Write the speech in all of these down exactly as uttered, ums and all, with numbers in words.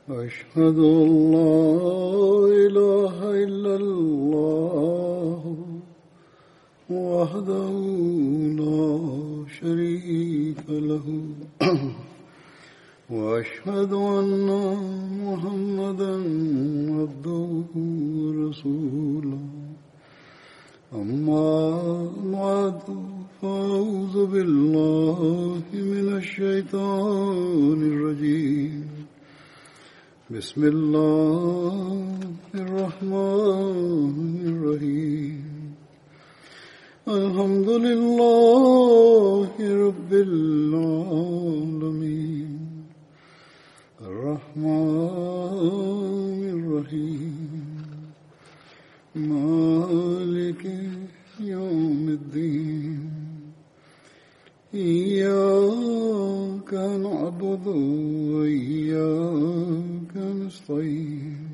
أشهد أن لا إله إلا الله وحده لا شريك له وأشهد أن محمدا عبده ورسوله أما بعد فأعوذ بالله من الشيطان الرجيم بسم الله الرحمن الرحيم الحمد لله رب العالمين الرحمن الرحيم مالك يوم الدين إياك نعبد وإياك نستعين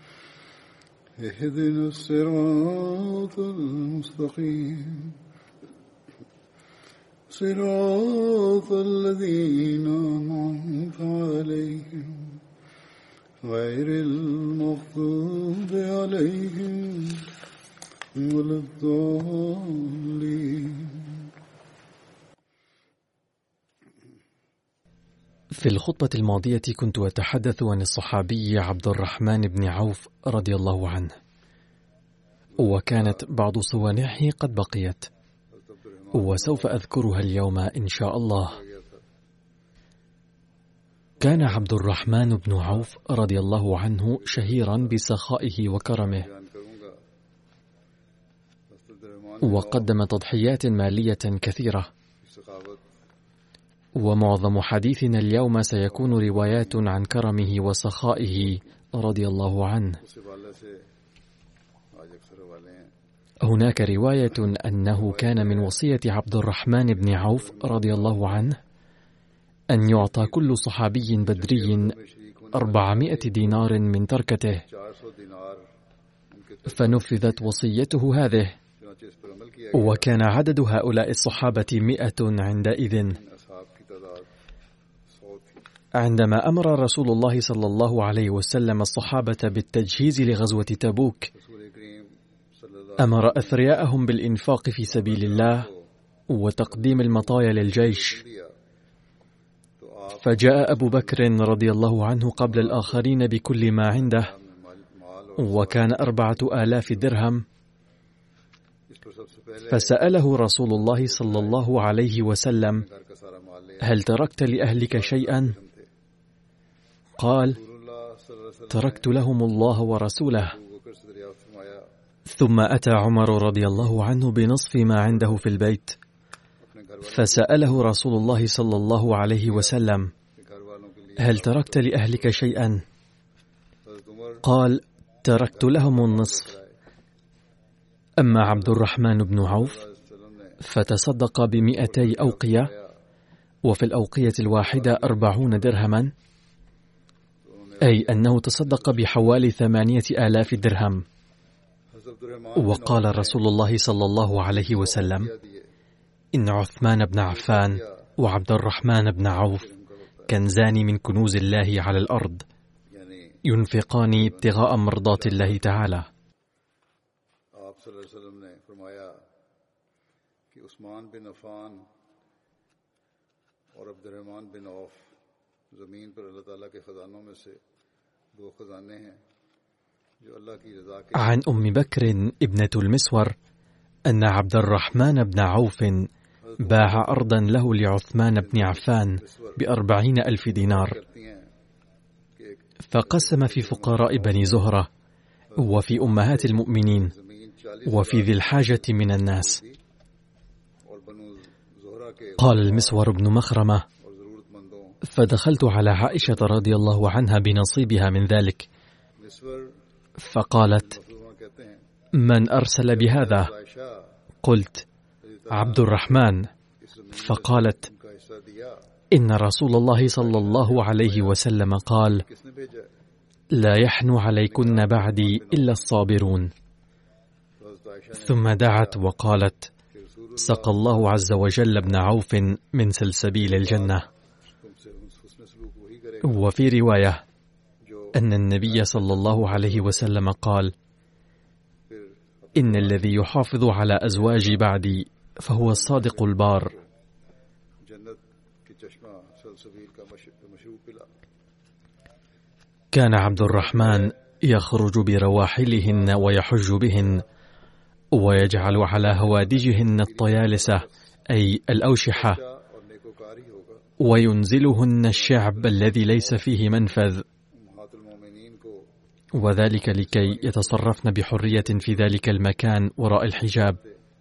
اهدنا الصراط المستقيم صراط الذين أنعمت عليهم غير المغضوب عليهم ولا الضالين. في الخطبة الماضية كنت أتحدث عن الصحابي عبد الرحمن بن عوف رضي الله عنه، وكانت بعض صوانحه قد بقيت وسوف أذكرها اليوم إن شاء الله. كان عبد الرحمن بن عوف رضي الله عنه شهيرا بسخائه وكرمه، وقدم تضحيات مالية كثيرة، ومعظم حديثنا اليوم سيكون روايات عن كرمه وسخائه رضي الله عنه. هناك رواية أنه كان من وصية عبد الرحمن بن عوف رضي الله عنه أن يعطى كل صحابي بدري أربعمائة دينار من تركته، فنفذت وصيته هذه، وكان عدد هؤلاء الصحابة مئة عندئذ. عندما أمر رسول الله صلى الله عليه وسلم الصحابة بالتجهيز لغزوة تبوك، أمر أثرياءهم بالإنفاق في سبيل الله وتقديم المطايا للجيش، فجاء أبو بكر رضي الله عنه قبل الآخرين بكل ما عنده، وكان أربعة آلاف درهم، فسأله رسول الله صلى الله عليه وسلم: هل تركت لأهلك شيئا؟ قال: تركت لهم الله ورسوله. ثم أتى عمر رضي الله عنه بنصف ما عنده في البيت، فسأله رسول الله صلى الله عليه وسلم: هل تركت لأهلك شيئا؟ قال: تركت لهم النصف. أما عبد الرحمن بن عوف فتصدق بمئتي أوقية، وفي الأوقية الواحدة أربعون درهما، أي أنه تصدق بحوالي ثمانية آلاف درهم. وقال رسول الله صلى الله عليه وسلم: إن عثمان بن عفان وعبد الرحمن بن عوف كنزان من كنوز الله على الأرض، ينفقان ابتغاء مرضات الله تعالى. عن أم بكر ابنة المسور أن عبد الرحمن بن عوف باع أرضا له لعثمان بن عفان بأربعين ألف دينار، فقسم في فقراء بني زهرة وفي أمهات المؤمنين وفي ذي الحاجة من الناس. قال المسور بن مخرمة: فدخلت على عائشة رضي الله عنها بنصيبها من ذلك، فقالت: من أرسل بهذا؟ قلت: عبد الرحمن. فقالت: إن رسول الله صلى الله عليه وسلم قال: لا يحنو عليكن بعدي إلا الصابرون. ثم دعت وقالت: سقى الله عز وجل ابن عوف من سلسبيل الجنة. وفي رواية: أن النبي صلى الله عليه وسلم قال: إن الذي يحافظ على أزواجي بعدي فهو الصادق البار. كان عبد الرحمن يخرج برواحلهن ويحج بهن، ويجعل على هوادجهن الطيالسة أي الأوشحة، وينزلهن الشعب الذي ليس فيه منفذ، وذلك لكي يتصرفن بحرية في ذلك المكان وراء الحجاب.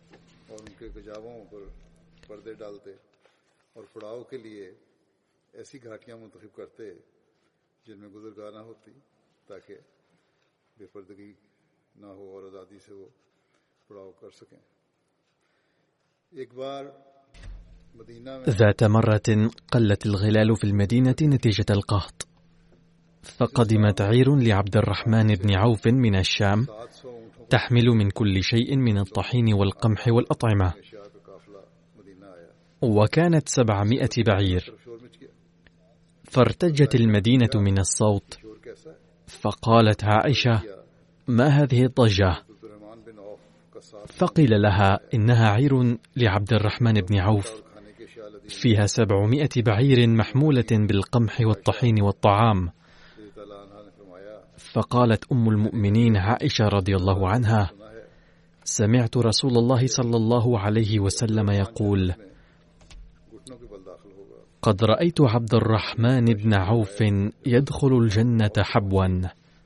ذات مرة قلت الغلال في المدينة نتيجة القحط، فقدمت عير لعبد الرحمن بن عوف من الشام تحمل من كل شيء من الطحين والقمح والأطعمة، وكانت سبعمائة بعير. فارتجت المدينة من الصوت، فقالت عائشة: ما هذه الضجة؟ فقيل لها: إنها عير لعبد الرحمن بن عوف فيها سبعمائة بعير محمولة بالقمح والطحين والطعام. فقالت أم المؤمنين عائشة رضي الله عنها: سمعت رسول الله صلى الله عليه وسلم يقول: قد رأيت عبد الرحمن بن عوف يدخل الجنة حبوا.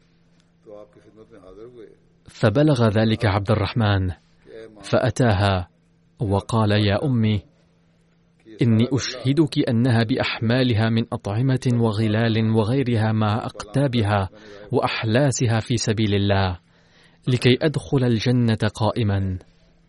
فبلغ ذلك عبد الرحمن فأتاها وقال: يا أمي، إني أشهدك أنها بأحمالها من أطعمة وغلال وغيرها مع أقتابها وأحلاسها في سبيل الله لكي أدخل الجنة قائما.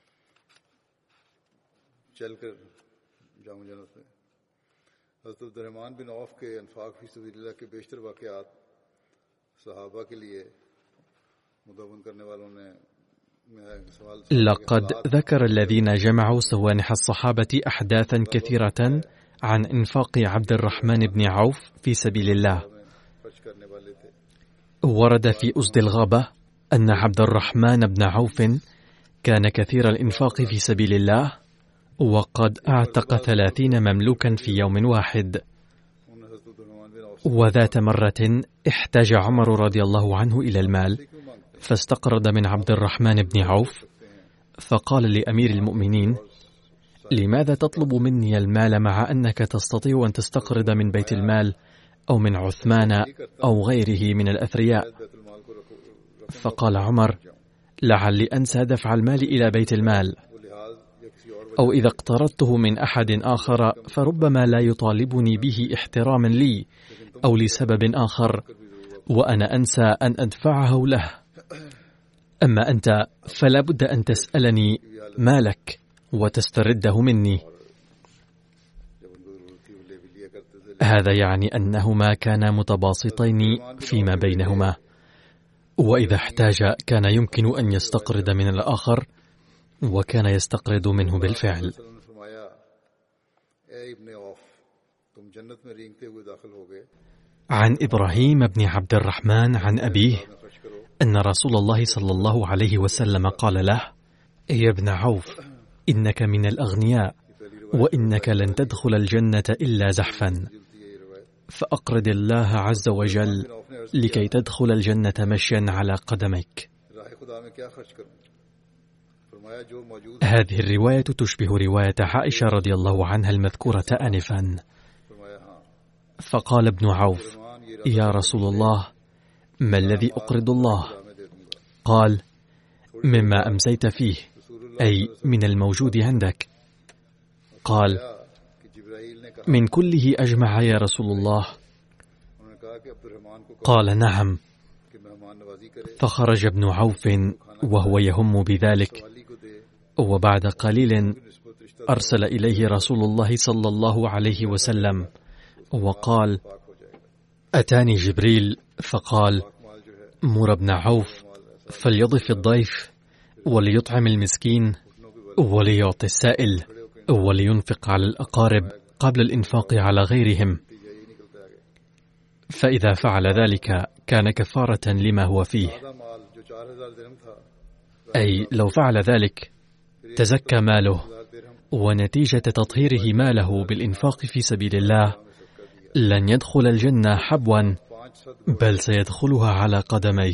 لقد ذكر الذين جمعوا سوانح الصحابة أحداثا كثيرة عن إنفاق عبد الرحمن بن عوف في سبيل الله. ورد في أسد الغابة أن عبد الرحمن بن عوف كان كثير الإنفاق في سبيل الله، وقد أعتق ثلاثين مملوكا في يوم واحد. وذات مرة احتاج عمر رضي الله عنه إلى المال، فاستقرض من عبد الرحمن بن عوف، فقال لأمير المؤمنين: لماذا تطلب مني المال مع أنك تستطيع أن تستقرض من بيت المال أو من عثمان أو غيره من الأثرياء؟ فقال عمر: لعلي أنسى دفع المال إلى بيت المال، أو إذا اقترضته من أحد آخر فربما لا يطالبني به احتراما لي أو لسبب آخر، وأنا أنسى أن أدفعه له. أما أنت فلا بد أن تسألني مالك وتسترده مني. هذا يعني أنهما كانا متباسطين فيما بينهما، وإذا احتاج كان يمكن أن يستقرض من الآخر، وكان يستقرض منه بالفعل. عن إبراهيم بن عبد الرحمن عن أبيه أن رسول الله صلى الله عليه وسلم قال له: يا ابن عوف، إنك من الأغنياء، وإنك لن تدخل الجنة إلا زحفا، فأقرض الله عز وجل لكي تدخل الجنة مشيا على قدميك. هذه الرواية تشبه رواية عائشة رضي الله عنها المذكورة آنفا. فقال ابن عوف: يا رسول الله، ما الذي أقرض الله؟ قال: مما أمسيت فيه، أي من الموجود عندك. قال: من كله أجمع يا رسول الله؟ قال: نعم. فخرج ابن عوف وهو يهم بذلك، وبعد قليل أرسل إليه رسول الله صلى الله عليه وسلم وقال: أتاني جبريل فقال: مر ابن عوف فليضف الضيف وليطعم المسكين وليعطي السائل ولينفق على الأقارب قبل الإنفاق على غيرهم. فإذا فعل ذلك كان كفارة لما هو فيه، أي لو فعل ذلك تزكى ماله، ونتيجة تطهيره ماله بالإنفاق في سبيل الله لن يدخل الجنة حبوا، بل سيدخلها على قدميه.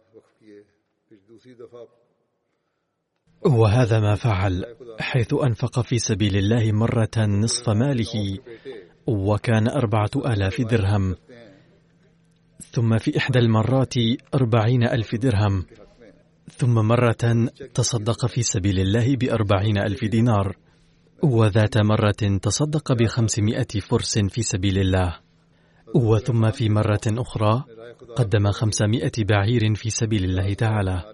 وهذا ما فعل، حيث أنفق في سبيل الله مرة نصف ماله وكان أربعة آلاف درهم، ثم في إحدى المرات أربعين ألف درهم، ثم مرة تصدق في سبيل الله بأربعين ألف دينار، وذات مرة تصدق بخمسمائة فرس في سبيل الله، وثم في مرة أخرى قدم خمسمائة بعير في سبيل الله تعالى.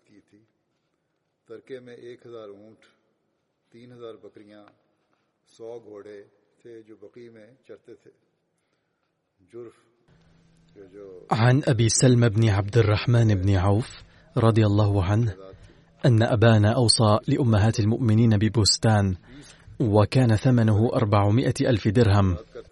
عن أبي سلمى بن عبد الرحمن بن عوف رضي الله عنه أن أبانا أوصى لأمهات المؤمنين ببستان، وكان ثمنه أربعمائة ألف درهم.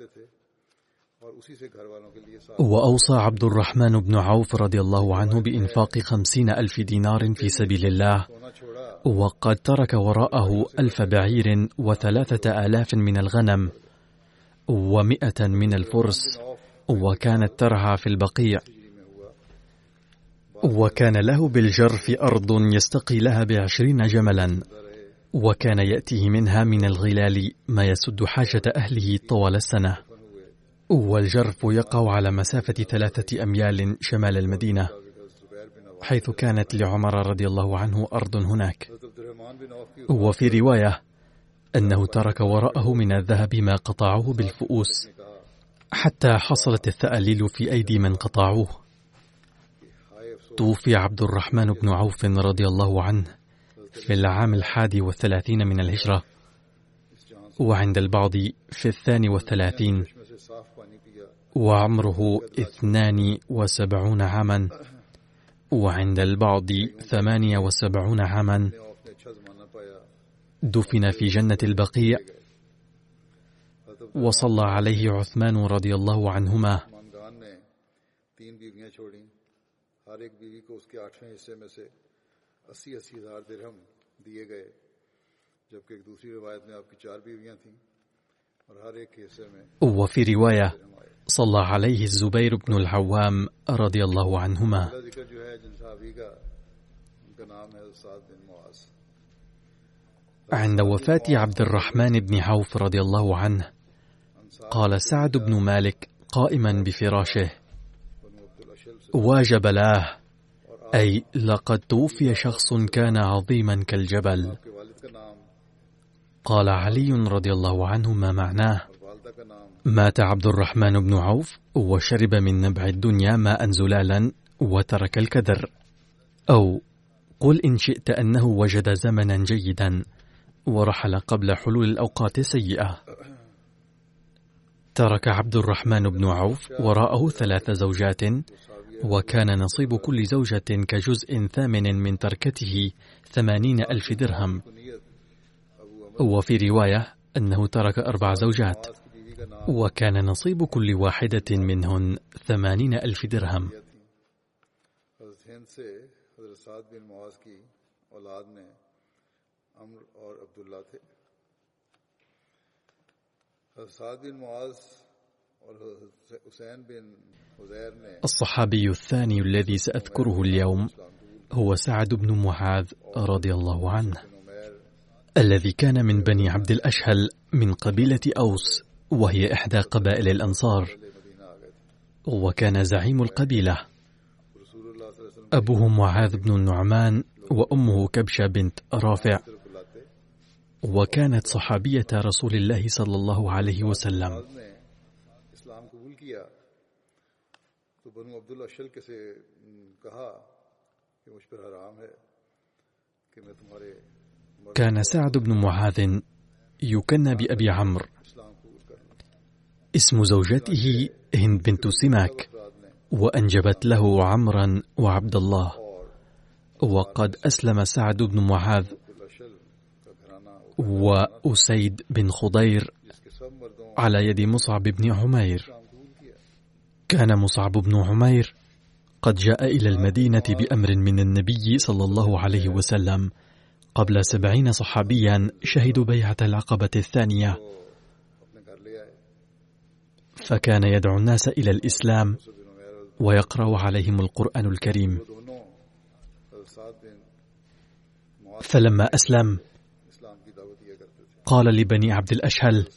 وأوصى عبد الرحمن بن عوف رضي الله عنه بإنفاق خمسين ألف دينار في سبيل الله، وقد ترك وراءه ألف بعير وثلاثة آلاف من الغنم ومئة من الفرس، وكانت ترعى في البقيع، وكان له بالجرف أرض يستقي لها بعشرين جملا، وكان يأتيه منها من الغلال ما يسد حاجة أهله طوال السنة. والجرف يقع على مسافة ثلاثة أميال شمال المدينة، حيث كانت لعمر رضي الله عنه أرض هناك. وفي رواية أنه ترك وراءه من الذهب ما قطعوه بالفؤوس، حتى حصلت الثأليل في أيدي من قطعوه. توفي عبد الرحمن بن عوف رضي الله عنه في العام الحادي والثلاثين من الهجرة، وعند البعض في الثاني والثلاثين، وعمره اثنان وسبعون عاما، وعند البعض ثمانية وسبعون عاما. دفن في جنة البقيع، وصلى عليه عثمان رضي الله عنهما. وفي رواية صلى عليه الزبير بن العوام رضي الله عنهما. عند وفاة عبد الرحمن بن عوف رضي الله عنه قال سعد بن مالك قائما بفراشه: واجب له، أي لقد توفي شخص كان عظيما كالجبل. قال علي رضي الله عنه: ما معناه؟ مات عبد الرحمن بن عوف وشرب من نبع الدنيا ماء زلالا وترك الكدر. أو قل إن شئت أنه وجد زمنا جيدا ورحل قبل حلول الأوقات السيئة. ترك عبد الرحمن بن عوف وراءه ثلاث زوجات، وكان نصيب كل زوجة كجزء ثامن من تركته ثمانين ألف درهم. وفي رواية أنه ترك أربع زوجات، وكان نصيب كل واحدة منهن ثمانين ألف درهم. الصحابي الثاني الذي سأذكره اليوم هو سعد بن معاذ رضي الله عنه، الذي كان من بني عبد الأشهل من قبيلة أوس، وهي إحدى قبائل الأنصار، وكان زعيم القبيلة. أبوه معاذ بن النعمان، وأمه كبشة بنت رافع، وكانت صحابية رسول الله صلى الله عليه وسلم. كان سعد بن معاذ يكنى بأبي عمرو. اسم زوجته هند بنت سماك، وأنجبت له عمرا وعبد الله. وقد أسلم سعد بن معاذ وأسيد بن خضير على يد مصعب بن عمير. كان مصعب بن عمير قد جاء إلى المدينة بأمر من النبي صلى الله عليه وسلم قبل سبعين صحابيا شهدوا بيعة العقبة الثانية، فكان يدعو الناس إلى الإسلام ويقرأ عليهم القرآن الكريم. فلما أسلم قال لبني عبد الأشهل: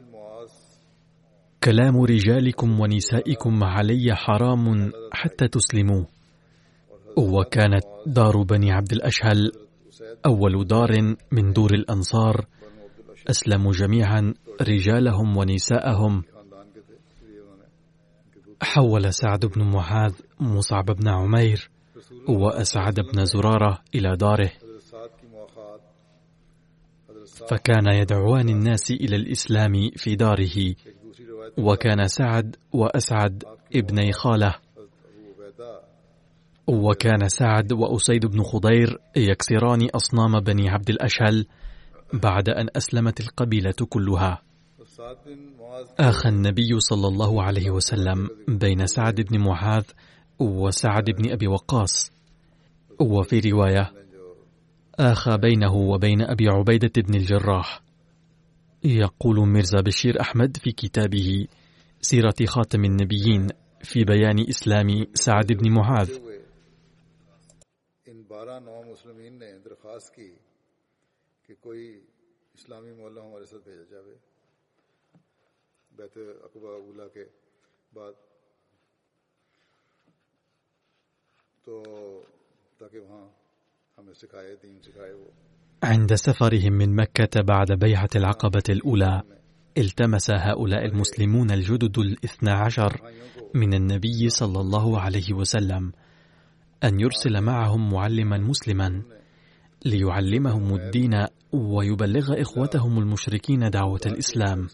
كلام رجالكم ونسائكم علي حرام حتى تسلموا. وكانت دار بني عبد الأشهل أول دار من دور الأنصار، أسلموا جميعا رجالهم ونساءهم. حول سعد بن معاذ مصعب بن عمير وأسعد بن زرارة إلى داره، فكان يدعوان الناس إلى الإسلام في داره. وكان سعد وأسعد ابني خاله، وكان سعد وأسيد بن خضير يكسران أصنام بني عبد الأشهل بعد أن أسلمت القبيلة كلها. آخى النبي صلى الله عليه وسلم بين سعد بن معاذ وسعد بن أبي وقاص، وفي رواية آخى بينه وبين أبي عبيدة بن الجراح. يقول ميرزا بشير أحمد في كتابه سيرة خاتم النبيين في بيان إسلام سعد بن معاذ: عند سفرهم من مكة بعد بيعة العقبة الأولى، التمس هؤلاء المسلمون الجدد الاثنى عشر من النبي صلى الله عليه وسلم أن يرسل معهم معلما مسلما ليعلمهم الدين ويبلغ إخوتهم المشركين دعوة الإسلام.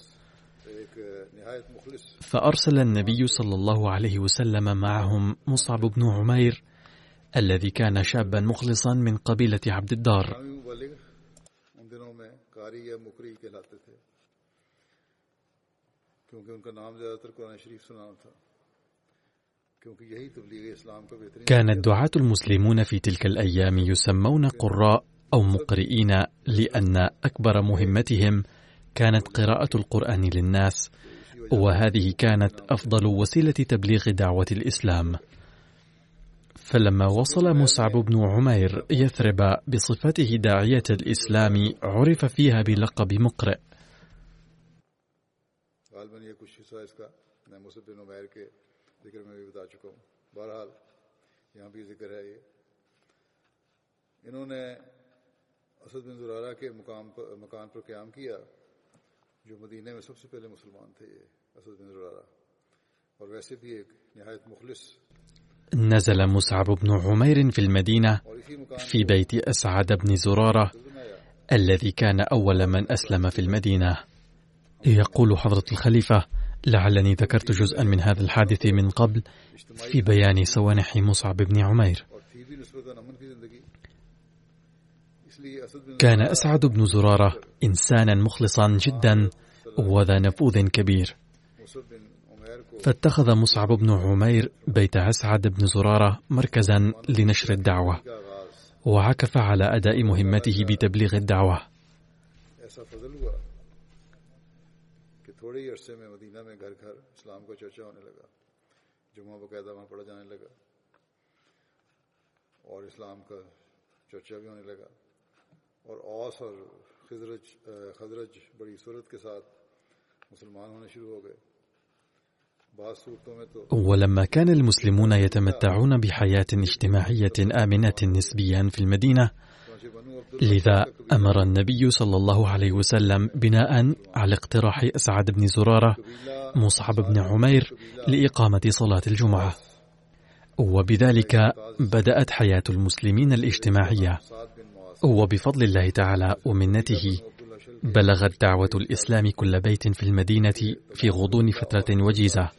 فأرسل النبي صلى الله عليه وسلم معهم مصعب بن عمير الذي كان شابا مخلصا من قبيلة عبد الدار. كان الدعاة المسلمون في تلك الأيام يسمون قراء أو مقرئين، لأن أكبر مهمتهم كانت قراءة القرآن للناس، وهذه كانت أفضل وسيلة تبليغ دعوة الإسلام. فلما وصل مصعب بن عمير يثرب بصفته داعية الإسلام، عرف فيها بلقب مقرئ. نزل مصعب بن عمير في المدينة في بيت أسعد بن زرارة الذي كان أول من أسلم في المدينة. يقول حضرة الخليفة: لعلني ذكرت جزءا من هذا الحادث من قبل في بيان سوانح مصعب بن عمير. كان أسعد بن زرارة إنسانا مخلصا جدا وذا نفوذ كبير، فاتخذ مصعب بن عمير بيت أسعد بن زرارة مركزا لنشر الدعوة، وعكف على أداء مهمته بتبليغ الدعوة. ولما كان المسلمون يتمتعون بحياة اجتماعية آمنة نسبيا في المدينة، لذا أمر النبي صلى الله عليه وسلم بناء على اقتراح أسعد بن زرارة مصعب بن عمير لإقامة صلاة الجمعة، وبذلك بدأت حياة المسلمين الاجتماعية. وبفضل الله تعالى ومنته بلغت دعوة الإسلام كل بيت في المدينة في غضون فترة وجيزة.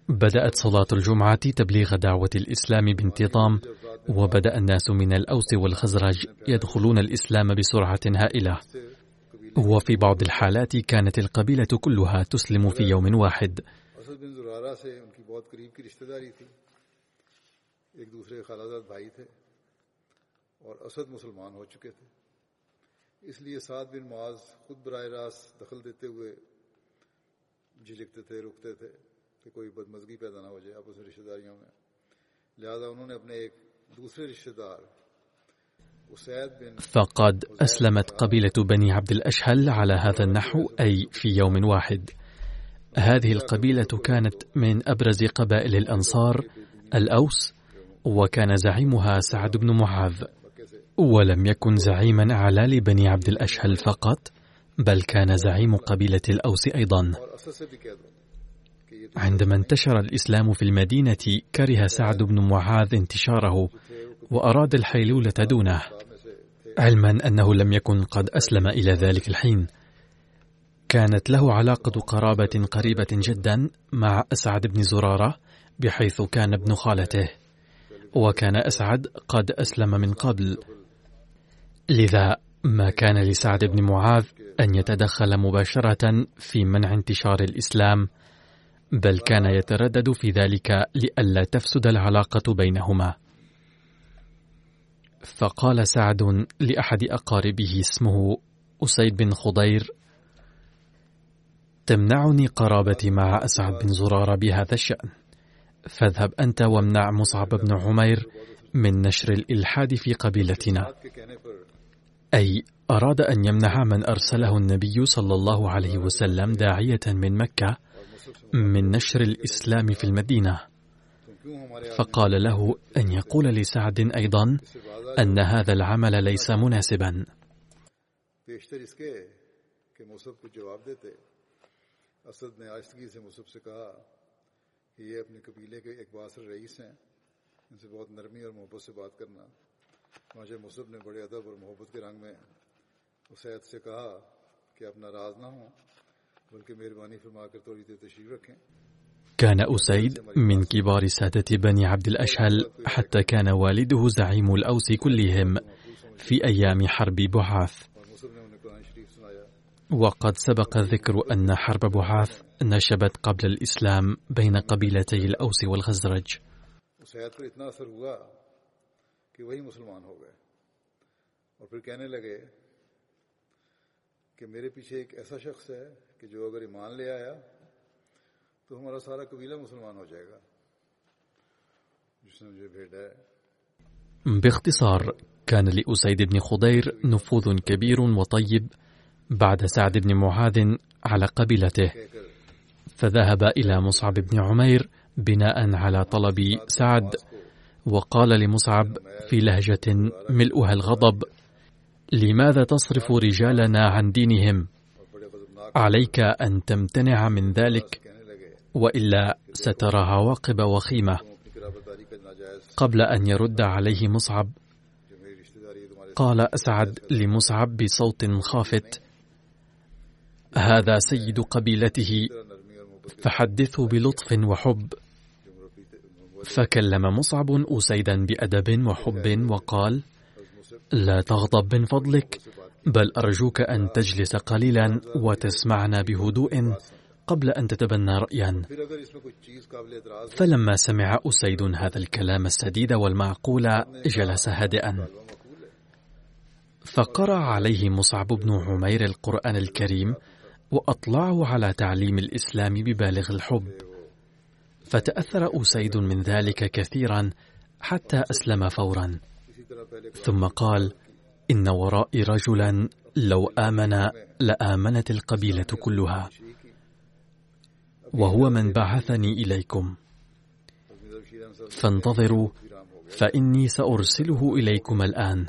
بدأت صلاة الجمعة تبليغ دعوة الإسلام بانتظام، وبدأ الناس من الأوس والخزرج يدخلون الإسلام بسرعة هائلة، وفي بعض الحالات كانت القبيلة كلها تسلم في يوم واحد. کہ کوئی بدمزگی پیدا نہ ہو جائے آپس میں رشتہ داریوں میں، لہذا انہوں نے اپنے ایک دوسرے رشتہ دار فقد أسلمت قبيلة بني عبد الأشهل على هذا النحو، أي في يوم واحد. هذه القبيلة كانت من أبرز قبائل الأنصار الأوس، وكان زعيمها سعد بن معاذ، ولم يكن زعيما أعلى لبني عبد الأشهل فقط، بل كان زعيم قبيلة الأوس أيضا. عندما انتشر الإسلام في المدينة كره سعد بن معاذ انتشاره، وأراد الحيلولة دونه، علما أنه لم يكن قد أسلم إلى ذلك الحين. كانت له علاقة قرابة قريبة جدا مع أسعد بن زرارة، بحيث كان ابن خالته، وكان أسعد قد أسلم من قبل، لذا ما كان لسعد بن معاذ أن يتدخل مباشرة في منع انتشار الإسلام، بل كان يتردد في ذلك لئلا تفسد العلاقة بينهما. فقال سعد لأحد أقاربه اسمه أسيد بن خضير: تمنعني قرابتي مع أسعد بن زرارة بهذا الشأن، فاذهب أنت وامنع مصعب بن عمير من نشر الإلحاد في قبيلتنا. أي أراد أن يمنع من أرسله النبي صلى الله عليه وسلم داعية من مكة من نشر الإسلام في المدينة. فقال له أن يقول لسعد أيضا أن هذا العمل ليس مناسبا. كان أسيد من كبار سادة بني عبد الأشهل، حتى كان والده زعيم الأوس كلهم في أيام حرب بعاث. وقد سبق ذكر أن حرب بعاث نشبت قبل الإسلام بين قبيلتي الأوس والخزرج. کہ میرے پیچھے ایک ایسا شخص ہے کہ جو اگر ایمان لے آیا تو ہمارا سارا قبیلہ مسلمان ہو جائے گا جس نے مجھے بھیجا ہے. باختصار، كان لأسيد بن خضير نفوذ كبير وطيب بعد سعد بن معاذ على قبيلته، فذهب إلى مصعب بن عمير بناء على طلب سعد، وقال لمصعب في لهجة ملؤها الغضب: لماذا تصرف رجالنا عن دينهم؟ عليك أن تمتنع من ذلك، وإلا سترى عواقب وخيمة. قبل أن يرد عليه مصعب، قال أسعد لمصعب بصوت خافت: هذا سيد قبيلته، فحدثه بلطف وحب. فكلم مصعب أسيدا بأدب وحب وقال: لا تغضب من فضلك، بل أرجوك أن تجلس قليلا وتسمعنا بهدوء قبل أن تتبنى رأيا. فلما سمع أسيد هذا الكلام السديد والمعقول جلس هادئا. فقرأ عليه مصعب بن عمير القرآن الكريم، وأطلعه على تعليم الإسلام ببالغ الحب، فتأثر أسيد من ذلك كثيرا حتى أسلم فورا. ثم قال: إن ورائي رجلا لو آمن لآمنت القبيلة كلها، وهو من بعثني إليكم، فانتظروا فإني سأرسله إليكم الآن.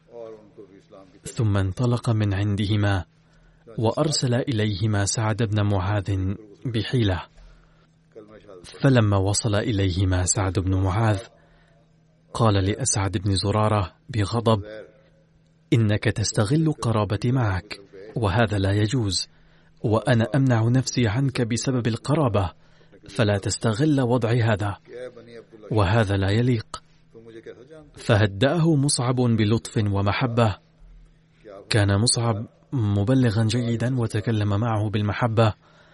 ثم انطلق من عندهما وأرسل إليهما سعد بن معاذ بحيلة. فلما وصل إليهما سعد بن معاذ قال لأسعد بن زرارة بغضب: إنك تستغل قرابتي معك، وهذا لا يجوز، وأنا أمنع نفسي عنك بسبب القرابة، فلا تستغل وضعي هذا، وهذا لا يليق. فهدأه مصعب بلطف ومحبة. كان مصعب مبلغا جيدا وتكلم معه بالمحبة،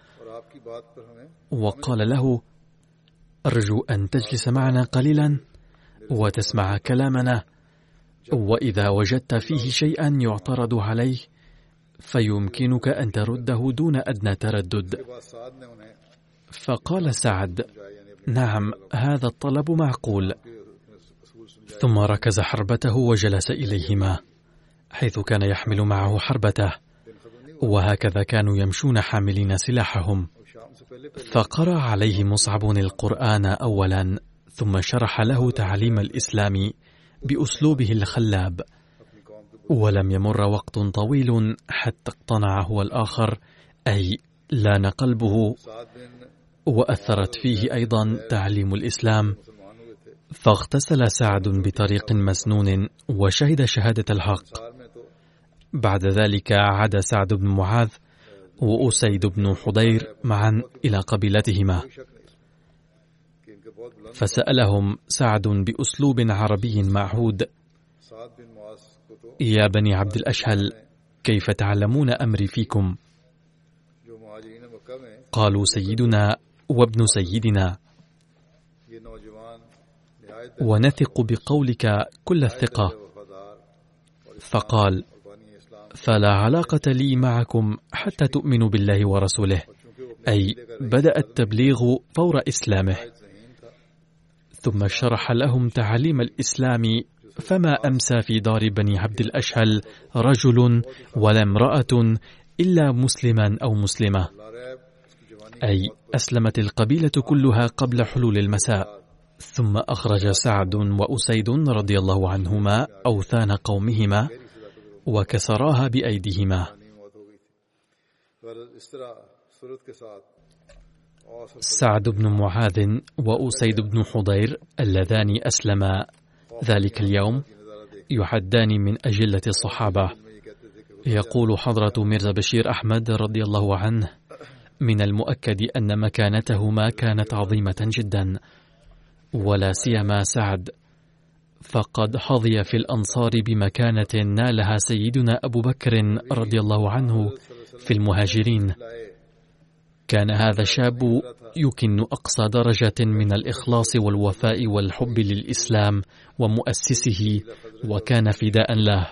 وقال له: أرجو أن تجلس معنا قليلا وتسمع كلامنا، وإذا وجدت فيه شيئا يعترض عليه فيمكنك أن ترده دون أدنى تردد. فقال سعد: نعم، هذا الطلب معقول. ثم ركز حربته وجلس إليهما، حيث كان يحمل معه حربته، وهكذا كانوا يمشون حاملين سلاحهم. فقرأ عليه مصعب القرآن أولا، ثم شرح له تعليم الإسلام بأسلوبه الخلاب، ولم يمر وقت طويل حتى اقتنع هو الآخر، أي لان قلبه، وأثرت فيه أيضا تعليم الإسلام. فاغتسل سعد بطريق مسنون وشهد شهادة الحق. بعد ذلك عاد سعد بن معاذ وأسيد بن حضير معا إلى قبيلتهما، فسألهم سعد بأسلوب عربي معهود: يا بني عبد الأشهل، كيف تعلمون أمري فيكم؟ قالوا: سيدنا وابن سيدنا، ونثق بقولك كل الثقة. فقال: فلا علاقة لي معكم حتى تؤمنوا بالله ورسوله، أي بدأ التبليغ فور إسلامه. ثم شرح لهم تعاليم الإسلام، فما أمسى في دار بني عبد الأشهل رجل ولا امرأة إلا مسلما أو مسلمة، أي أسلمت القبيلة كلها قبل حلول المساء. ثم أخرج سعد وأسيد رضي الله عنهما أوثان قومهما وكسراها بأيديهما. سعد بن معاذ وأسيد بن حضير اللذان أسلما ذلك اليوم يحدان من أجلة الصحابة. يقول حضرة ميرزا بشير أحمد رضي الله عنه: من المؤكد أن مكانتهما كانت عظيمة جدا، ولا سيما سعد، فقد حظي في الأنصار بمكانة نالها سيدنا أبو بكر رضي الله عنه في المهاجرين. كان هذا الشاب يكن أقصى درجة من الإخلاص والوفاء والحب للإسلام ومؤسسه، وكان فداء له.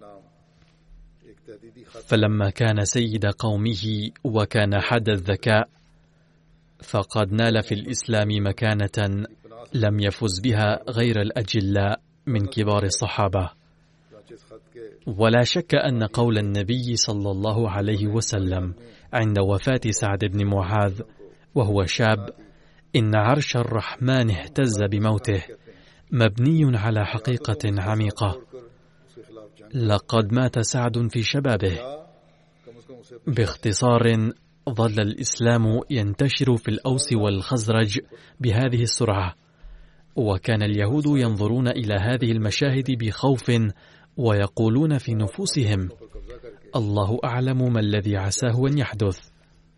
فلما كان سيد قومه وكان حد الذكاء، فقد نال في الإسلام مكانة لم يفز بها غير الأجلاء من كبار الصحابة. ولا شك أن قول النبي صلى الله عليه وسلم عند وفاة سعد بن معاذ وهو شاب: إن عرش الرحمن اهتز بموته، مبني على حقيقة عميقة. لقد مات سعد في شبابه. باختصار، ظل الإسلام ينتشر في الأوس والخزرج بهذه السرعة، وكان اليهود ينظرون إلى هذه المشاهد بخوف ويقولون في نفوسهم: الله أعلم ما الذي عساه أن يحدث.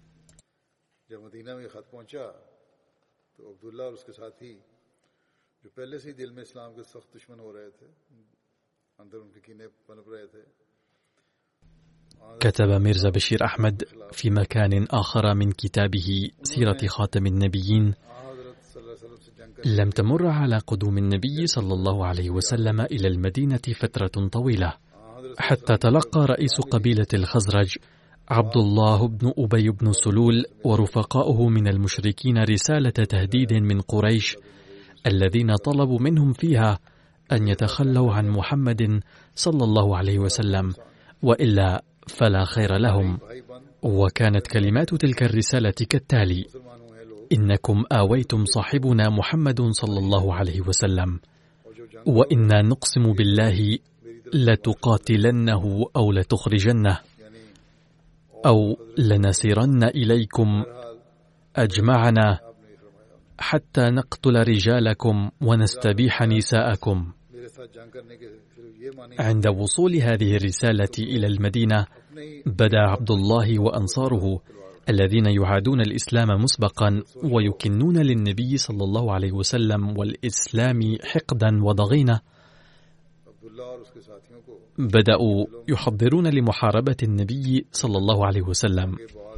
كتب ميرزا بشير أحمد في مكان آخر من كتابه سيرة خاتم النبيين: لم تمر على قدوم النبي صلى الله عليه وسلم إلى المدينة فترة طويلة حتى تلقى رئيس قبيلة الخزرج عبد الله بن أبي بن سلول ورفقاؤه من المشركين رسالة تهديد من قريش، الذين طلبوا منهم فيها أن يتخلوا عن محمد صلى الله عليه وسلم، وإلا فلا خير لهم. وكانت كلمات تلك الرسالة كالتالي: إنكم آويتم صاحبنا محمد صلى الله عليه وسلم، وإنا نقسم بالله لتقاتلنه أو لتخرجنه أو لنسيرن إليكم أجمعنا حتى نقتل رجالكم ونستبيح نساءكم. عند وصول هذه الرسالة إلى المدينة، بدا عبد الله وأنصاره الذين يعادون الإسلام مسبقا ويكنون للنبي صلى الله عليه وسلم والإسلام حقدا وضغينة بدأوا يحضرون لمحاربة النبي صلى الله عليه وسلم.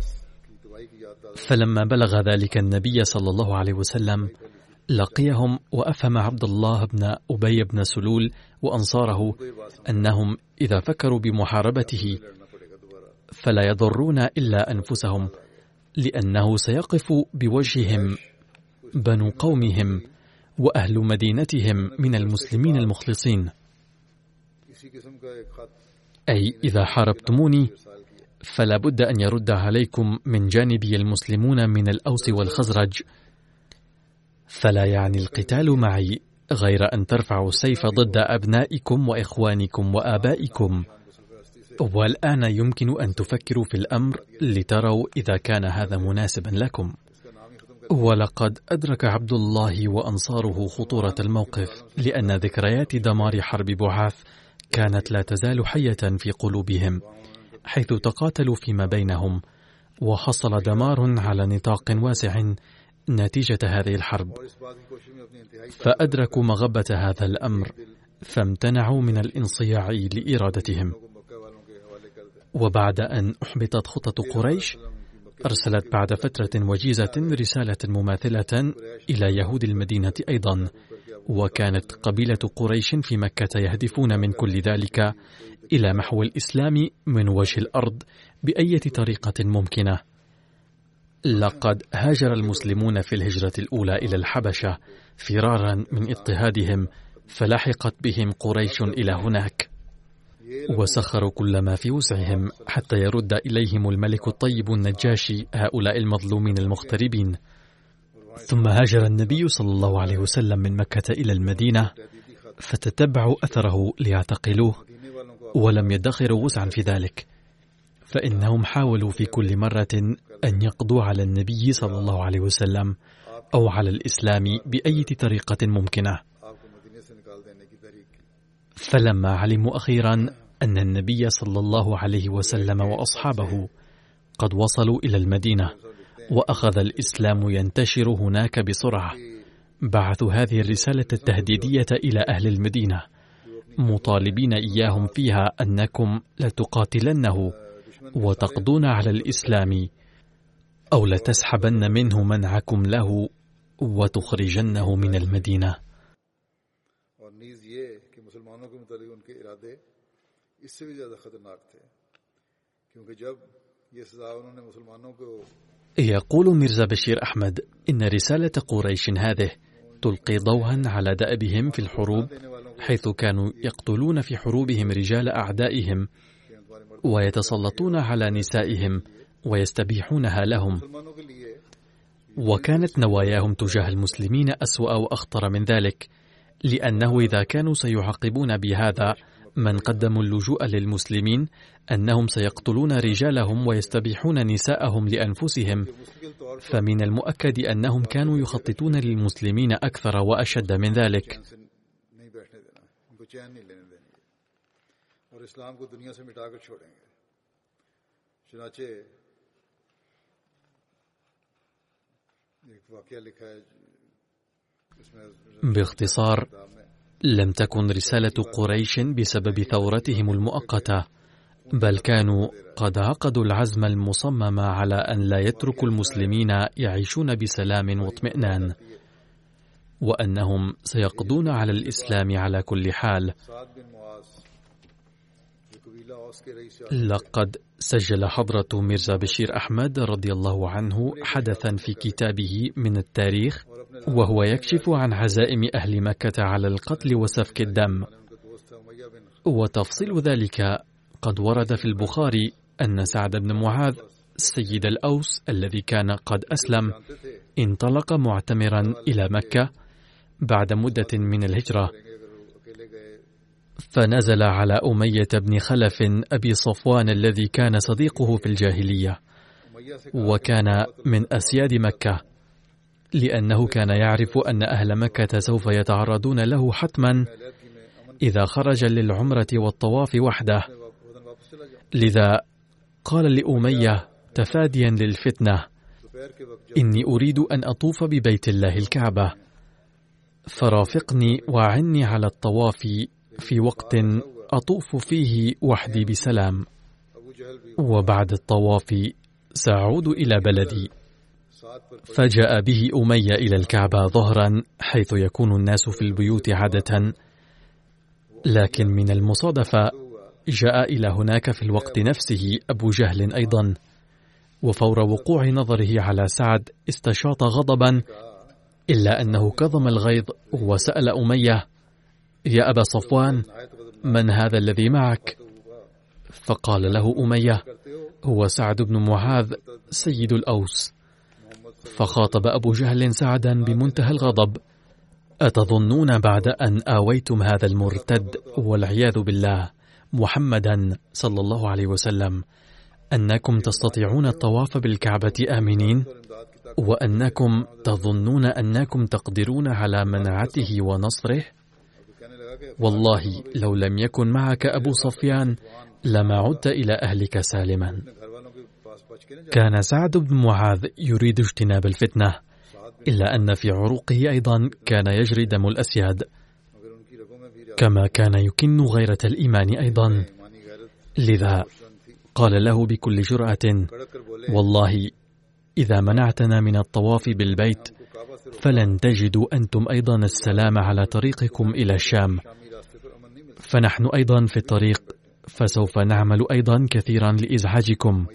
فلما بلغ ذلك النبي صلى الله عليه وسلم لقيهم وأفهم عبد الله بن أبي بن سلول وأنصاره أنهم إذا فكروا بمحاربته فلا يضرون إلا أنفسهم، لأنه سيقف بوجههم بنو قومهم وأهل مدينتهم من المسلمين المخلصين، أي إذا حاربتموني فلا بد أن يرد عليكم من جانبي المسلمون من الأوس والخزرج، فلا يعني القتال معي غير أن ترفعوا السيف ضد أبنائكم وإخوانكم وآبائكم. والآن يمكن أن تفكروا في الأمر لتروا إذا كان هذا مناسبا لكم. ولقد أدرك عبد الله وأنصاره خطورة الموقف، لأن ذكريات دمار حرب بعاث كانت لا تزال حية في قلوبهم، حيث تقاتلوا فيما بينهم، وحصل دمار على نطاق واسع نتيجة هذه الحرب. فأدركوا مغبة هذا الأمر، فامتنعوا من الانصياع لإرادتهم. وبعد أن أحبطت خطة قريش، أرسلت بعد فترة وجيزة رسالة مماثلة إلى يهود المدينة أيضا، وكانت قبيلة قريش في مكة يهدفون من كل ذلك إلى محو الإسلام من وجه الأرض بأية طريقة ممكنة. لقد هاجر المسلمون في الهجرة الأولى إلى الحبشة فرارا من اضطهادهم، فلحقت بهم قريش إلى هناك، وسخروا كل ما في وسعهم حتى يرد إليهم الملك الطيب النجاشي هؤلاء المظلومين المغتربين. ثم هاجر النبي صلى الله عليه وسلم من مكة إلى المدينة، فتتبعوا أثره ليعتقلوه، ولم يدخروا وسعا في ذلك، فإنهم حاولوا في كل مرة أن يقضوا على النبي صلى الله عليه وسلم أو على الإسلام بأي طريقة ممكنة. فلما علموا أخيرا أن النبي صلى الله عليه وسلم وأصحابه قد وصلوا إلى المدينة وأخذ الإسلام ينتشر هناك بسرعة، بعثوا هذه الرسالة التهديدية إلى أهل المدينة، مطالبين إياهم فيها أنكم لتقاتلنه وتقضون على الإسلام، أو لتسحبن منه منعكم له وتخرجنه من المدينة. يقول ميرزا بشير أحمد إن رسالة قريش هذه تلقي ضوءا على دأبهم في الحروب، حيث كانوا يقتلون في حروبهم رجال أعدائهم ويتسلطون على نسائهم ويستبيحونها لهم، وكانت نواياهم تجاه المسلمين أسوأ وأخطر من ذلك، لأنه إذا كانوا سيعاقبون بهذا من قدموا اللجوء للمسلمين أنهم سيقتلون رجالهم ويستبيحون نساءهم لأنفسهم، فمن المؤكد أنهم كانوا يخططون للمسلمين أكثر وأشد من ذلك. باختصار، لم تكن رسالة قريش بسبب ثورتهم المؤقتة، بل كانوا قد عقدوا العزم المصمم على أن لا يتركوا المسلمين يعيشون بسلام واطمئنان، وأنهم سيقضون على الإسلام على كل حال. لقد سجل حضرة ميرزا بشير أحمد رضي الله عنه حدثا في كتابه من التاريخ، وهو يكشف عن عزائم أهل مكة على القتل وسفك الدم، وتفصيل ذلك قد ورد في البخاري أن سعد بن معاذ سيد الأوس الذي كان قد أسلم انطلق معتمرا إلى مكة بعد مدة من الهجرة، فنزل على أمية بن خلف أبي صفوان الذي كان صديقه في الجاهلية، وكان من أسياد مكة، لأنه كان يعرف أن أهل مكة سوف يتعرضون له حتما إذا خرج للعمرة والطواف وحده. لذا قال لأمية تفاديا للفتنة: إني أريد أن أطوف ببيت الله الكعبة، فرافقني وعني على الطواف في وقت أطوف فيه وحدي بسلام، وبعد الطواف سأعود إلى بلدي. فجاء به أمية إلى الكعبة ظهرا حيث يكون الناس في البيوت عادة، لكن من المصادفة جاء إلى هناك في الوقت نفسه أبو جهل أيضا، وفور وقوع نظره على سعد استشاط غضبا، إلا أنه كظم الغيظ وسأل أمية: يا أبا صفوان، من هذا الذي معك؟ فقال له أمية: هو سعد بن معاذ سيد الأوس. فخاطب أبو جهل سعدا بمنتهى الغضب: أتظنون بعد أن آويتم هذا المرتد والعياذ بالله محمدا صلى الله عليه وسلم أنكم تستطيعون الطواف بالكعبة آمنين، وأنكم تظنون أنكم تقدرون على منعته ونصره؟ والله لو لم يكن معك أبو صفيان لما عدت إلى أهلك سالما. كان سعد بن معاذ يريد اجتناب الفتنة، إلا أن في عروقه أيضا كان يجري دم الأسياد، كما كان يكن غيرة الإيمان أيضا. لذا قال له بكل جرأة: والله إذا منعتنا من الطواف بالبيت فلن تجدوا أنتم أيضا السلام على طريقكم إلى الشام، فنحن أيضا في الطريق، فسوف نعمل أيضا كثيرا لإزعاجكم.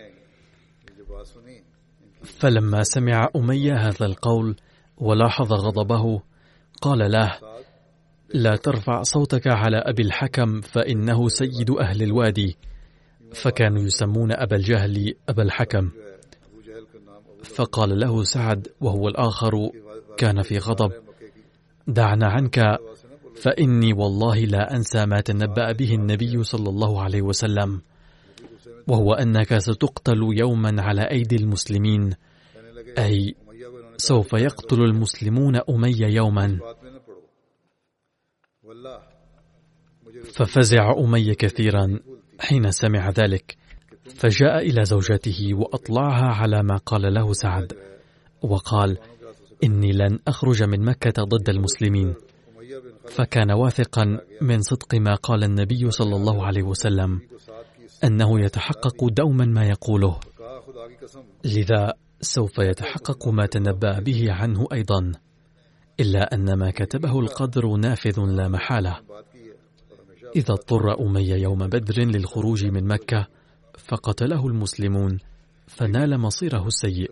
فلما سمع أمية هذا القول ولاحظ غضبه قال له: لا ترفع صوتك على أبي الحكم فإنه سيد أهل الوادي، فكانوا يسمون أبا الجهل أبا الحكم. فقال له سعد وهو الآخر كان في غضب: دعنا عنك، فإني والله لا أنسى ما تنبأ به النبي صلى الله عليه وسلم، وهو أنك ستقتل يوما على أيدي المسلمين، أي سوف يقتل المسلمون أمية يوما. ففزع أمية كثيرا حين سمع ذلك، فجاء إلى زوجته وأطلعها على ما قال له سعد، وقال: إني لن أخرج من مكة ضد المسلمين. فكان واثقا من صدق ما قال النبي صلى الله عليه وسلم أنه يتحقق دوما ما يقوله، لذا سوف يتحقق ما تنبأ به عنه أيضا، إلا أن ما كتبه القدر نافذ لا محالة. إذا اضطر أمية يوم بدر للخروج من مكة فقتله المسلمون فنال مصيره السيء.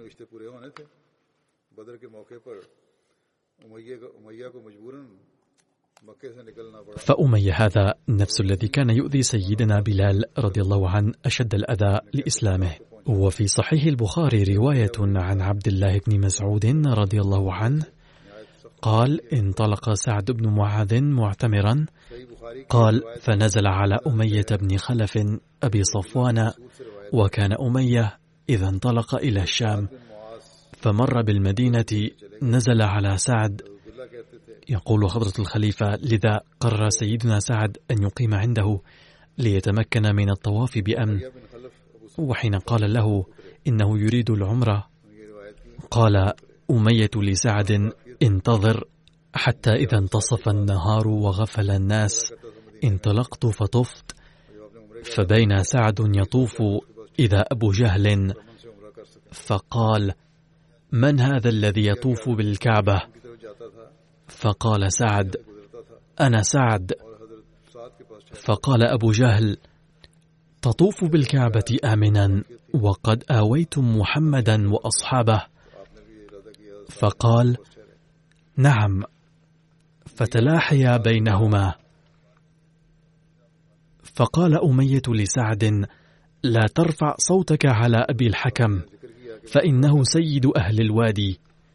فأمية هذا نفس الذي كان يؤذي سيدنا بلال رضي الله عنه أشد الأذى لإسلامه. وفي صحيح البخاري رواية عن عبد الله بن مسعود رضي الله عنه قال: انطلق سعد بن معاذ معتمرا، قال: فنزل على أمية بن خلف أبي صفوان، وكان أمية إذا انطلق إلى الشام فمر بالمدينة نزل على سعد. يقول حضرة الخليفة: لذا قرر سيدنا سعد أن يقيم عنده ليتمكن من الطواف بأمن. وحين قال له إنه يريد العمرة قال أمية لسعد: انتظر حتى إذا انتصف النهار وغفل الناس انطلقت فطفت، فبين سعد يطوف إذا أبو جهل، فقال: من هذا الذي يطوف بالكعبة؟ فقال سعد: أنا سعد. فقال أبو جهل: تطوف بالكعبة آمنا وقد آويتم محمدا وأصحابه؟ فقال: نعم. فتلاحيا بينهما. فقال أمية لسعد: لا ترفع صوتك على أبي الحكم فإنه سيد أهل الوادي.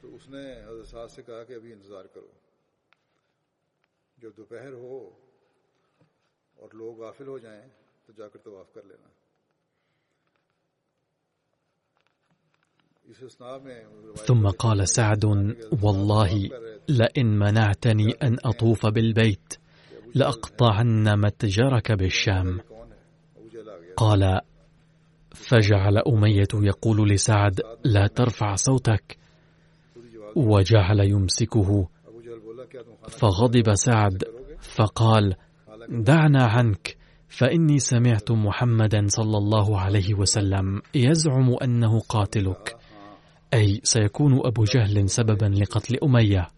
ثم قال سعد: والله لئن منعتني أن أطوف بالبيت لأقطعن متجرك بالشام. قال: فجعل أمية يقول لسعد: لا ترفع صوتك، وجعل يمسكه، فغضب سعد فقال: دعنا عنك، فإني سمعت محمدا صلى الله عليه وسلم يزعم أنه قاتلك، أي سيكون أبو جهل سببا لقتل أمية.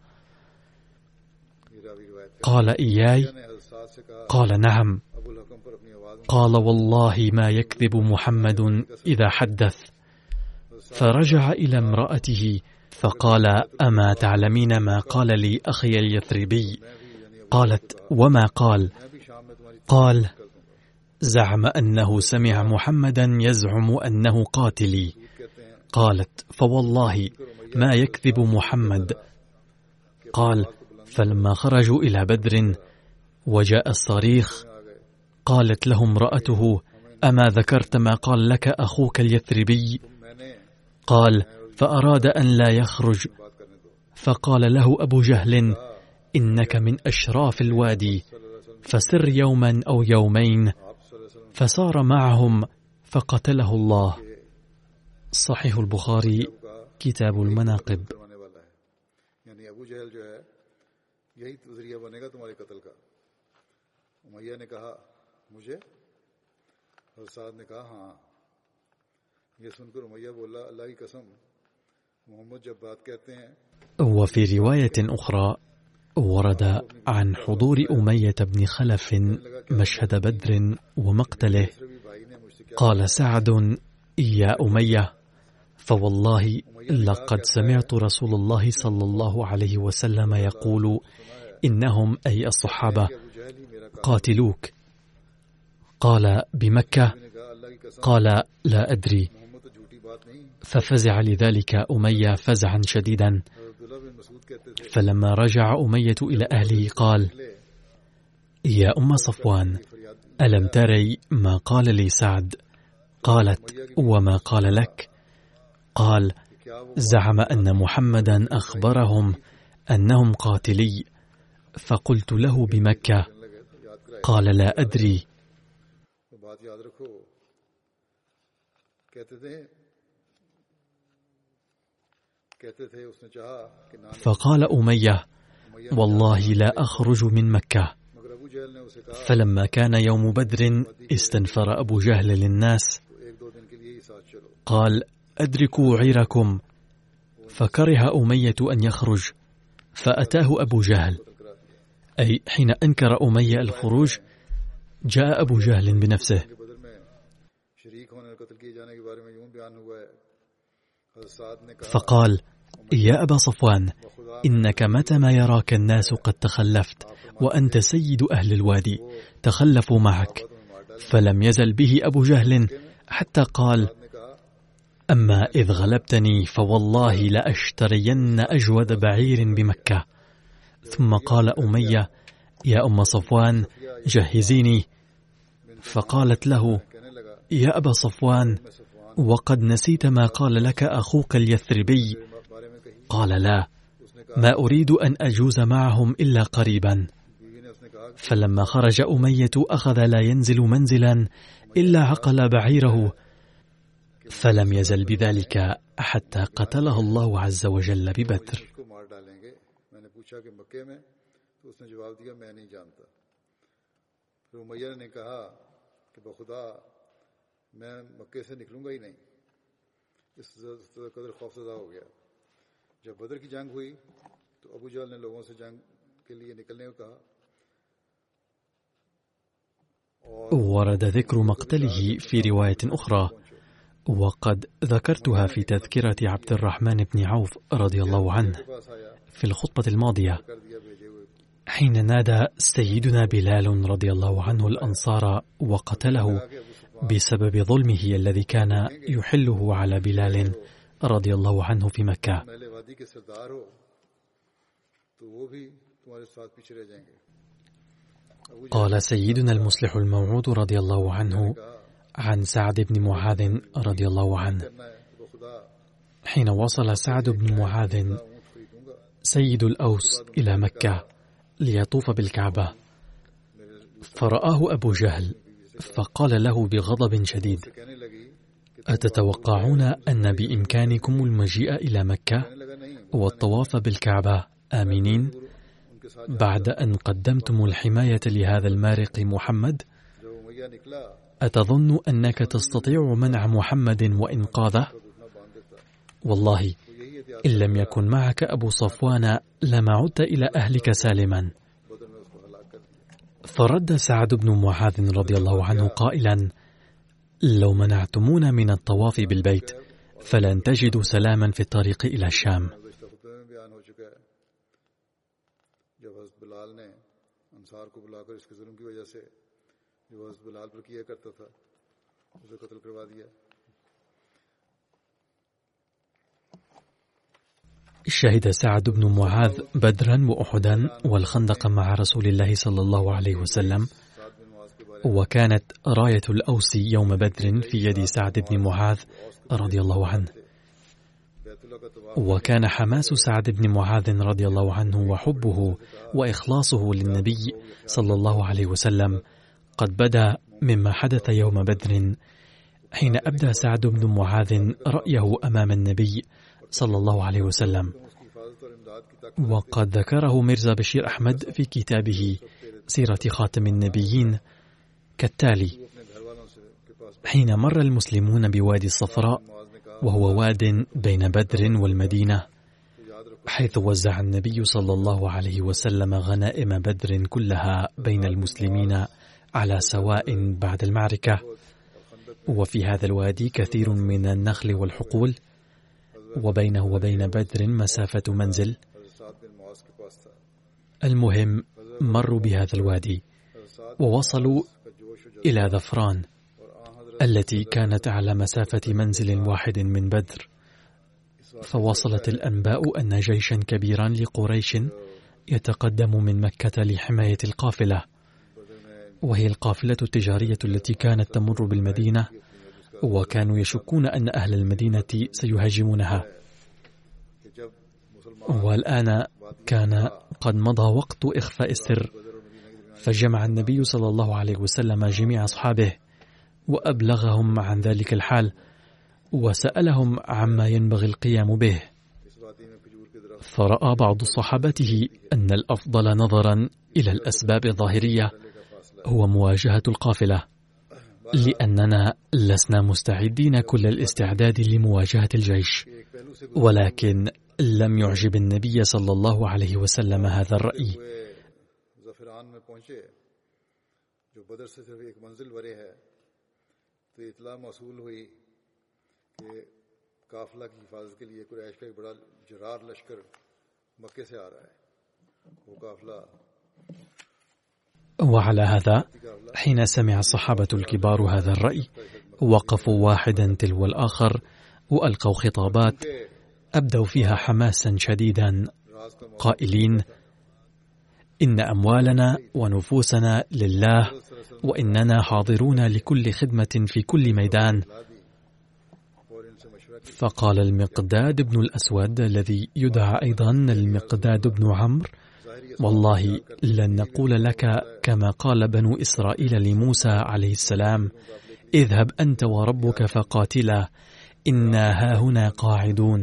قال: إياي؟ قال: نعم. قال: والله ما يكذب محمد إذا حدث. فرجع إلى امرأته فقال: أما تعلمين ما قال لي أخي اليثربي؟ قالت: وما قال؟ قال: زعم أنه سمع محمدا يزعم أنه قاتلي. قالت: فوالله ما يكذب محمد. قال: فلما خرجوا إلى بدر وجاء الصريخ قالت له امرأته: أما ذكرت ما قال لك أخوك اليثربي؟ قال: فأراد أن لا يخرج، فقال له أبو جهل: إنك من أشراف الوادي، فسر يوما أو يومين. فسار معهم فقتله الله. صحيح البخاري كتاب المناقب. وفي رواية أخرى ورد عن حضور أمية بن خلف مشهد بدر ومقتله. قال سعد: يا أمية، فوالله لقد سمعت رسول الله صلى الله عليه وسلم يقول: إنهم أي الصحابة قاتلوك. قال: بمكة؟ قال: لا أدري. ففزع لذلك أمية فزعا شديدا. فلما رجع أمية إلى أهله قال: يا أم صفوان، ألم تري ما قال لي سعد؟ قالت: وما قال لك؟ قال: زعم أن محمدا أخبرهم أنهم قاتلي، فقلت له بمكة. قال: لا أدري. فقال أمية: والله لا أخرج من مكة. فلما كان يوم بدر استنفر أبو جهل للناس، قال: أدركوا عيركم. فكره أمية أن يخرج، فأتاه أبو جهل، أي حين أنكر أمية الخروج جاء أبو جهل بنفسه فقال: يا أبا صفوان، إنك متى ما يراك الناس قد تخلفت وأنت سيد أهل الوادي تخلفوا معك. فلم يزل به أبو جهل حتى قال: أما إذ غلبتني فوالله لأشترين أجود بعير بمكة. ثم قال أمية: يا أم صفوان، جهزيني. فقالت له: يا أبا صفوان، وقد نسيت ما قال لك أخوك اليثربي؟ قال: لا، ما أريد أن أجوز معهم إلا قريبا. فلما خرج أمية أخذ لا ينزل منزلا إلا عقل بعيره، فلم يزل بذلك حتى قتله الله عز وجل ببدر. ورد ذكر مقتله في رواية أخرى، وقد ذكرتها في تذكرة عبد الرحمن بن عوف رضي الله عنه في الخطبة الماضية، حين نادى سيدنا بلال رضي الله عنه الأنصار وقتله بسبب ظلمه الذي كان يحله على بلال رضي الله عنه في مكة. قال سيدنا المصلح الموعود رضي الله عنه عن سعد بن معاذ رضي الله عنه: حين وصل سعد بن معاذ سيد الأوس إلى مكة ليطوف بالكعبة، فرآه أبو جهل فقال له بغضب شديد: أتتوقعون أن بإمكانكم المجيء إلى مكة والطواف بالكعبة آمنين بعد أن قدمتم الحماية لهذا المارق محمد؟ أتظن أنك تستطيع منع محمد وإنقاذه؟ والله إن لم يكن معك أبو صفوان لما عدت إلى أهلك سالما. فرد سعد بن معاذ رضي الله عنه قائلا: لو منعتمونا من الطواف بالبيت فلن تجدوا سلاما في الطريق إلى الشام. شهد سعد بن معاذ بدرا وأحدا والخندق مع رسول الله صلى الله عليه وسلم، وكانت راية الأوس يوم بدر في يد سعد بن معاذ رضي الله عنه. وكان حماس سعد بن معاذ رضي الله عنه وحبه وإخلاصه للنبي صلى الله عليه وسلم قد بدا مما حدث يوم بدر، حين أبدى سعد بن معاذ رأيه أمام النبي صلى الله عليه وسلم. وقد ذكره ميرزا بشير أحمد في كتابه سيرة خاتم النبيين كالتالي: حين مر المسلمون بوادي الصفراء وهو واد بين بدر والمدينة، حيث وزع النبي صلى الله عليه وسلم غنائم بدر كلها بين المسلمين على سواء بعد المعركة، وفي هذا الوادي كثير من النخل والحقول، وبينه وبين بدر مسافة منزل. المهم مروا بهذا الوادي ووصلوا إلى ذفران التي كانت على مسافة منزل واحد من بدر، فوصلت الأنباء أن جيشا كبيرا لقريش يتقدم من مكة لحماية القافلة، وهي القافلة التجارية التي كانت تمر بالمدينة، وكانوا يشكون أن أهل المدينة سيهاجمونها. والآن كان قد مضى وقت إخفاء السر، فجمع النبي صلى الله عليه وسلم جميع أصحابه وأبلغهم عن ذلك الحال، وسألهم عما ينبغي القيام به. فرأى بعض صحابته أن الأفضل نظرا إلى الأسباب الظاهرية هو مواجهة القافلة، لأننا لسنا مستعدين كل الاستعداد لمواجهة الجيش. ولكن لم يعجب النبي صلى الله عليه وسلم هذا الرأي، وعلى هذا حين سمع الصحابة الكبار هذا الرأي وقفوا واحدا تلو الآخر وألقوا خطابات أبدوا فيها حماسا شديدا قائلين: إن أموالنا ونفوسنا لله، وإننا حاضرون لكل خدمة في كل ميدان. فقال المقداد بن الأسود الذي يدعى أيضا المقداد بن عمرو: والله لن نقول لك كما قال بنو إسرائيل لموسى عليه السلام: اذهب أنت وربك فقاتلا إنا هاهنا قاعدون،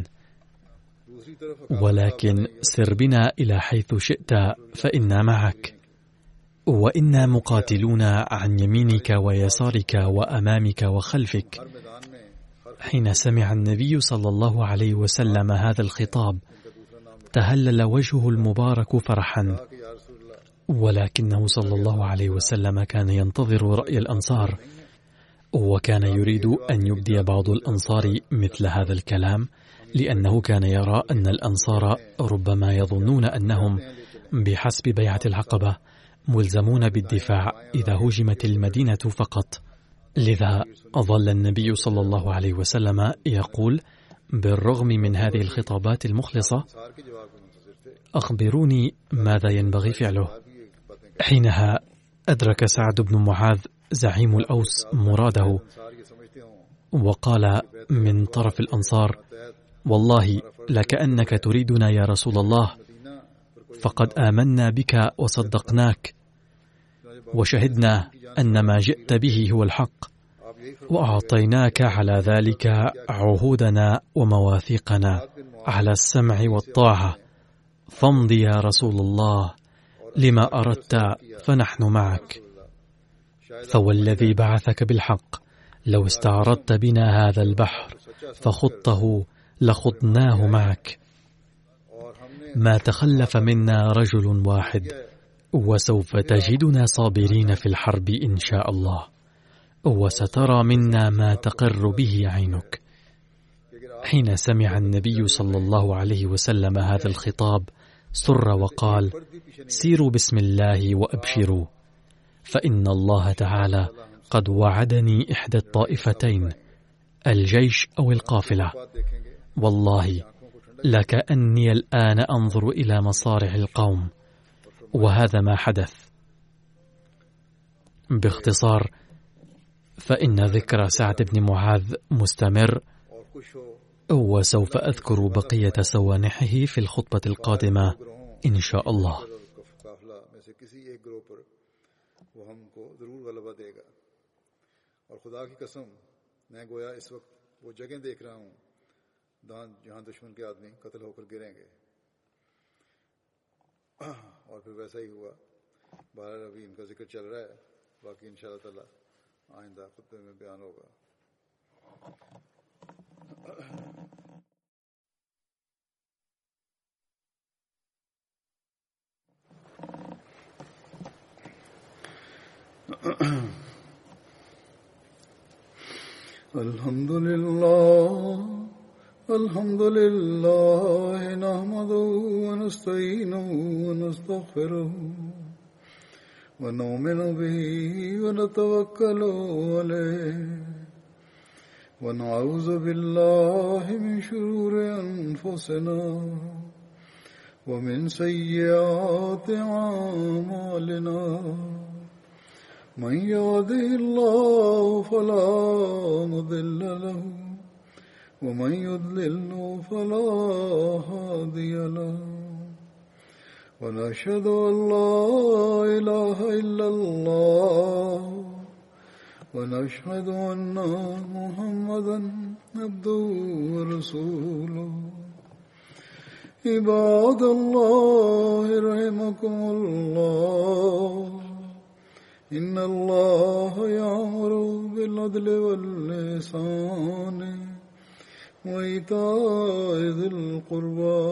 ولكن سر بنا إلى حيث شئت فإنا معك، وإنا مقاتلون عن يمينك ويسارك وأمامك وخلفك. حين سمع النبي صلى الله عليه وسلم هذا الخطاب تهلل وجهه المبارك فرحا، ولكنه صلى الله عليه وسلم كان ينتظر رأي الأنصار، وكان يريد أن يبدي بعض الأنصار مثل هذا الكلام، لأنه كان يرى أن الأنصار ربما يظنون أنهم بحسب بيعة العقبة ملزمون بالدفاع إذا هجمت المدينة فقط. لذا ظل النبي صلى الله عليه وسلم يقول بالرغم من هذه الخطابات المخلصة: أخبروني ماذا ينبغي فعله. حينها أدرك سعد بن معاذ زعيم الأوس مراده، وقال من طرف الأنصار: والله لكأنك تريدنا يا رسول الله، فقد آمنا بك وصدقناك وشهدنا أن ما جئت به هو الحق، وأعطيناك على ذلك عهودنا ومواثيقنا على السمع والطاعة، فامض يا رسول الله لما أردت فنحن معك. فوالذي بعثك بالحق لو استعرضت بنا هذا البحر فخضته لخضناه معك. ما تخلف منا رجل واحد، وسوف تجدنا صابرين في الحرب إن شاء الله، وسترى منا ما تقر به عينك. حين سمع النبي صلى الله عليه وسلم هذا الخطاب سر وقال: سيروا بسم الله وأبشروا، فإن الله تعالى قد وعدني إحدى الطائفتين، الجيش أو القافلة. والله لكأني الآن أنظر إلى مصارع القوم، وهذا ما حدث. باختصار، فإن ذكر سعد بن معاذ مستمر، وسوف أذكر بقية سوانحه في الخطبة القادمة إن شاء الله. जहां दुश्मन के आदमी कत्ल होकर गिरेंगे, और फिर वैसा ही हुआ। बहरहाल अभी इनका जिक्र चल रहा है, बाकी इंशाअल्लाह ताला आइंदा खुतबे में बयान होगा। अल्हम्दुलिल्लाह अल्हम्दुलिल्लाह नहमदुहु व नस्तईनुहु व नस्तगफिरुहु व नु'मिनु बिही व नतवक्कलु अलैहि व नऊज़ु बिल्लाहि मिन शुरूरि अनफुसिना व मिन सय्यिआति अमालिना। मन यहदिहिल्लाहु फला मुदिल्ल लहु ومن يضلل فلا هادي له ونشهد أن لا إله إلا الله ونشهد أن محمدا عبده ورسوله. عباد الله رحمكم الله، إن الله يأمر بالعدل والإحسان وإيتاء ذي القربى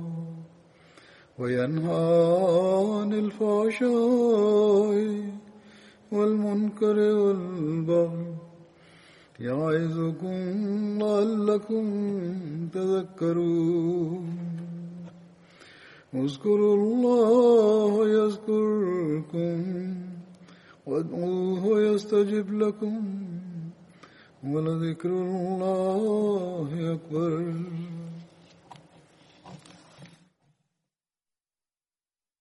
وينهى عن الفحشاء والمنكر والبغي يعظكم لعلكم تذكرون. اذكروا الله يذكركم وادعوه يستجب لكم ولذكر الله أكبر.